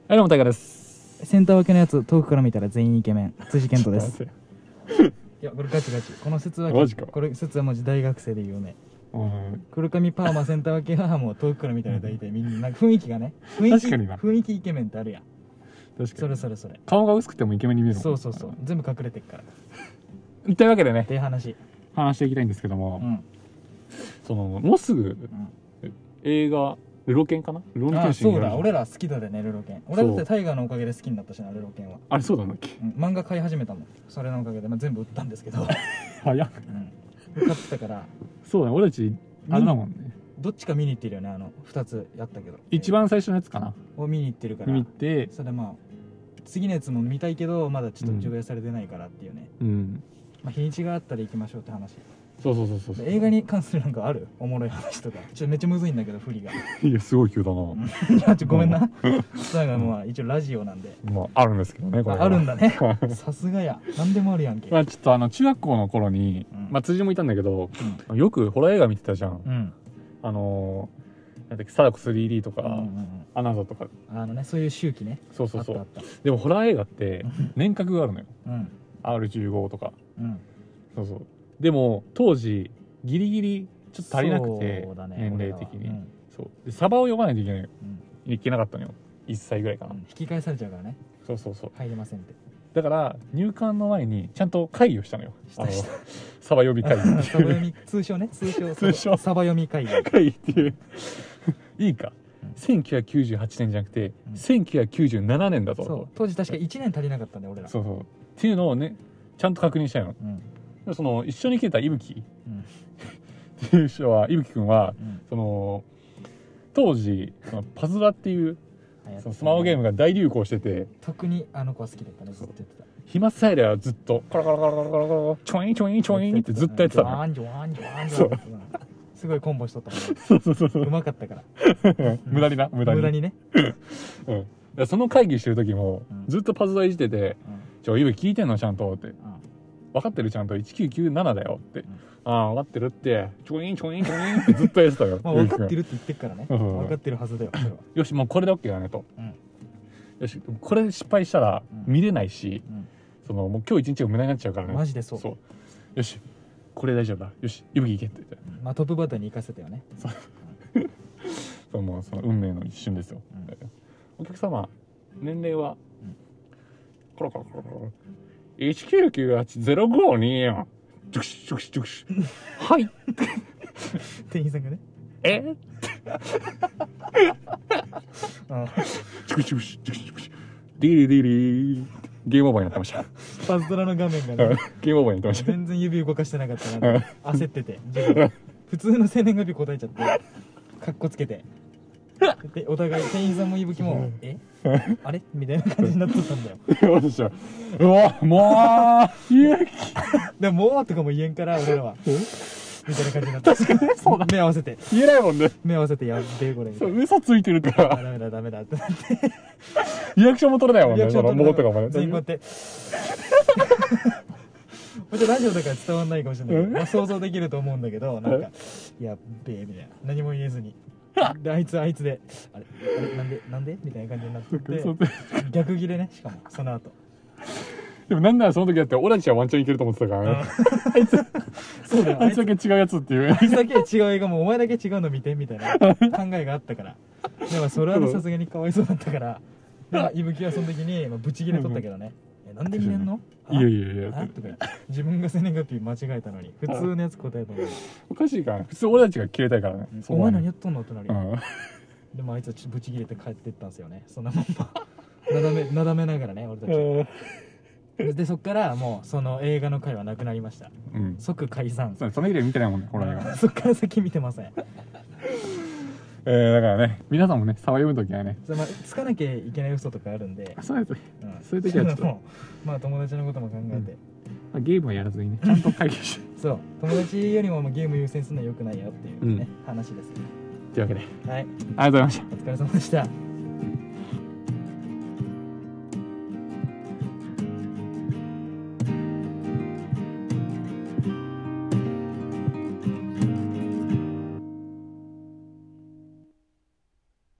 はい、どうも、タイガです。 センター分けのやつ、遠くから見たら全員イケメン、辻健人です。いや、これガチガチ。この説は、これ説はもう大学生で言うね。黒髪パーマセンター分けはもう遠くから見たら大体みんな、なんか雰囲気がね、雰囲気イケメンってあるやん。確かに。それ。 顔が薄くてもイケメンに見えるもん。そう。全部隠れてっから。 というわけでね、 って話していきたいんですけども、もうすぐ、映画、ルロケンかな、ルロケン。 そうだ、俺ら好きだでね、ルロケン。俺だってタイガーのおかげで好きになったしな、ルロケンは。 あれ、そうなんだっけ。 漫画買い始めたもん。それのおかげで、全部売ったんですけど。 早っ。 買ってたから。 そうだ、俺たち、あれだもんね。 どっちか見に行ってるよね、2つやったけど。 一番最初のやつかな。 を見に行ってるから。 見て、 それ次のやつも見たいけど、まだちょっと上映されてないからっていうね。日にちがあったら行きましょうって話。 そう。 映画に関するなんかあるおもろい話とか。めっちゃむずいんだけど、振りが。 いや、すごい急だな。 いや、ごめんな。一応ラジオなんで。 あるんですけどね、これ。 あるんだね。さすがや。何でもあるやんけ。 ちょっと中学校の頃に、辻もいたんだけど、よくホラー映画見てたじゃん。なんだっけ、貞子 3D とか、アナザーとか。 そういう周期ね。 そう。でもホラー映画って、年格があるのよ。R15 とか。そう。でも当時ギリギリちょっと足りなくて、年齢的にでサバを読まないといけなかったのよ。1歳ぐらいかな。 引き返されちゃうからね。 そう入れませんって。 だから入館の前にちゃんと会議をしたのよ。サバ読み会議。 通称サバ読み会議っていう。いいか、1998年じゃなくて1997年だぞ。 当時確か1年足りなかったんだよ俺ら。 そうっていうのをね、ちゃんと確認したの。一緒に来てた伊吹っていう人は、伊吹君は、当時パズドラっていうスマホゲームが大流行してて、 特にあの子は好きだったね。ずっとやってた。 暇さえではずっとコロコロチョインってずっとやってたの。 すごいコンボしとったもん。そううまかったから無駄にね。その会議してる時もずっとパズドラいじってて、伊吹聞いてんのちゃんとって、分かってるちゃんと1997だよって、分かってるってチョインってずっとやってたよ。 分かってるって言ってっからね。分かってるはずだよ。 よし、もうこれで OK だねと。よし、これ失敗したら見れないし、もう今日一日が無駄になっちゃうからね。 マジでそう。 よし、これ大丈夫だ、よし、伊吹行けって言って、 トップバッターに行かせたよね。 もうその運命の一瞬ですよ。お客様年齢はコロコロ19980524ジュクシはい店員さんがね、 ジュクシディリゲームオーバーになってました。 パズドラの画面がね、 ゲームオーバーになってました。 全然指動かしてなかったな。焦ってて、普通の生年月日答えちゃって、カッコつけて、でお互い店員さんも伊吹もあれみたいな感じになっとったんだよ。 私はうわもう勇気でももうとかも言えんから俺らはみたいな感じになった。確かにそうだ、目合わせて言えないもんね。 目合わせてやっべえこれ。 嘘ついてるからダメだってなって、 リアクションも取れないもんね。もうとかもね、 全員こうやってラジオだから伝わんないかもしれないけど、想像できると思うんだけど、なんかやっべえみたいな、何も言えずに、であいつであれなんでみたいな感じになってて、逆ギレね。しかもその後でもなんならその時だって俺たちはワンチャンいけると思ってたからね。あいつそうだよ、あいつだけ違うやつっていう、 あいつだけ違う映画もお前だけ違うの見てみたいな考えがあったから。でもそれはさすがにかわいそうだったから、伊吹はその時にブチギレとったけどね。なんで見れんの？ いやとか自分が生年月日間違えたのに普通のやつ答えたのにおかしいから、普通俺たちが切れたいからね。 お前何やっとんのってなるよ。でもあいつはブチギレて帰ってったんですよね。そんなまんまなだめながらね、俺たちで。そっからもうその映画の回はなくなりました。即解散。 その以来見てないもんね、ホラー映画。 そっから先見てません。 だからね、皆さんもね、サバ読むときはね、 つかなきゃいけない嘘とかあるんで、 そういうときはちょっと友達のことも考えて、 ゲームはやらずにね、ちゃんと会議してそう友達よりもゲーム優先するのは良くないよっていうね、話です。 というわけで、 はい、 ありがとうございました。 お疲れ様でした。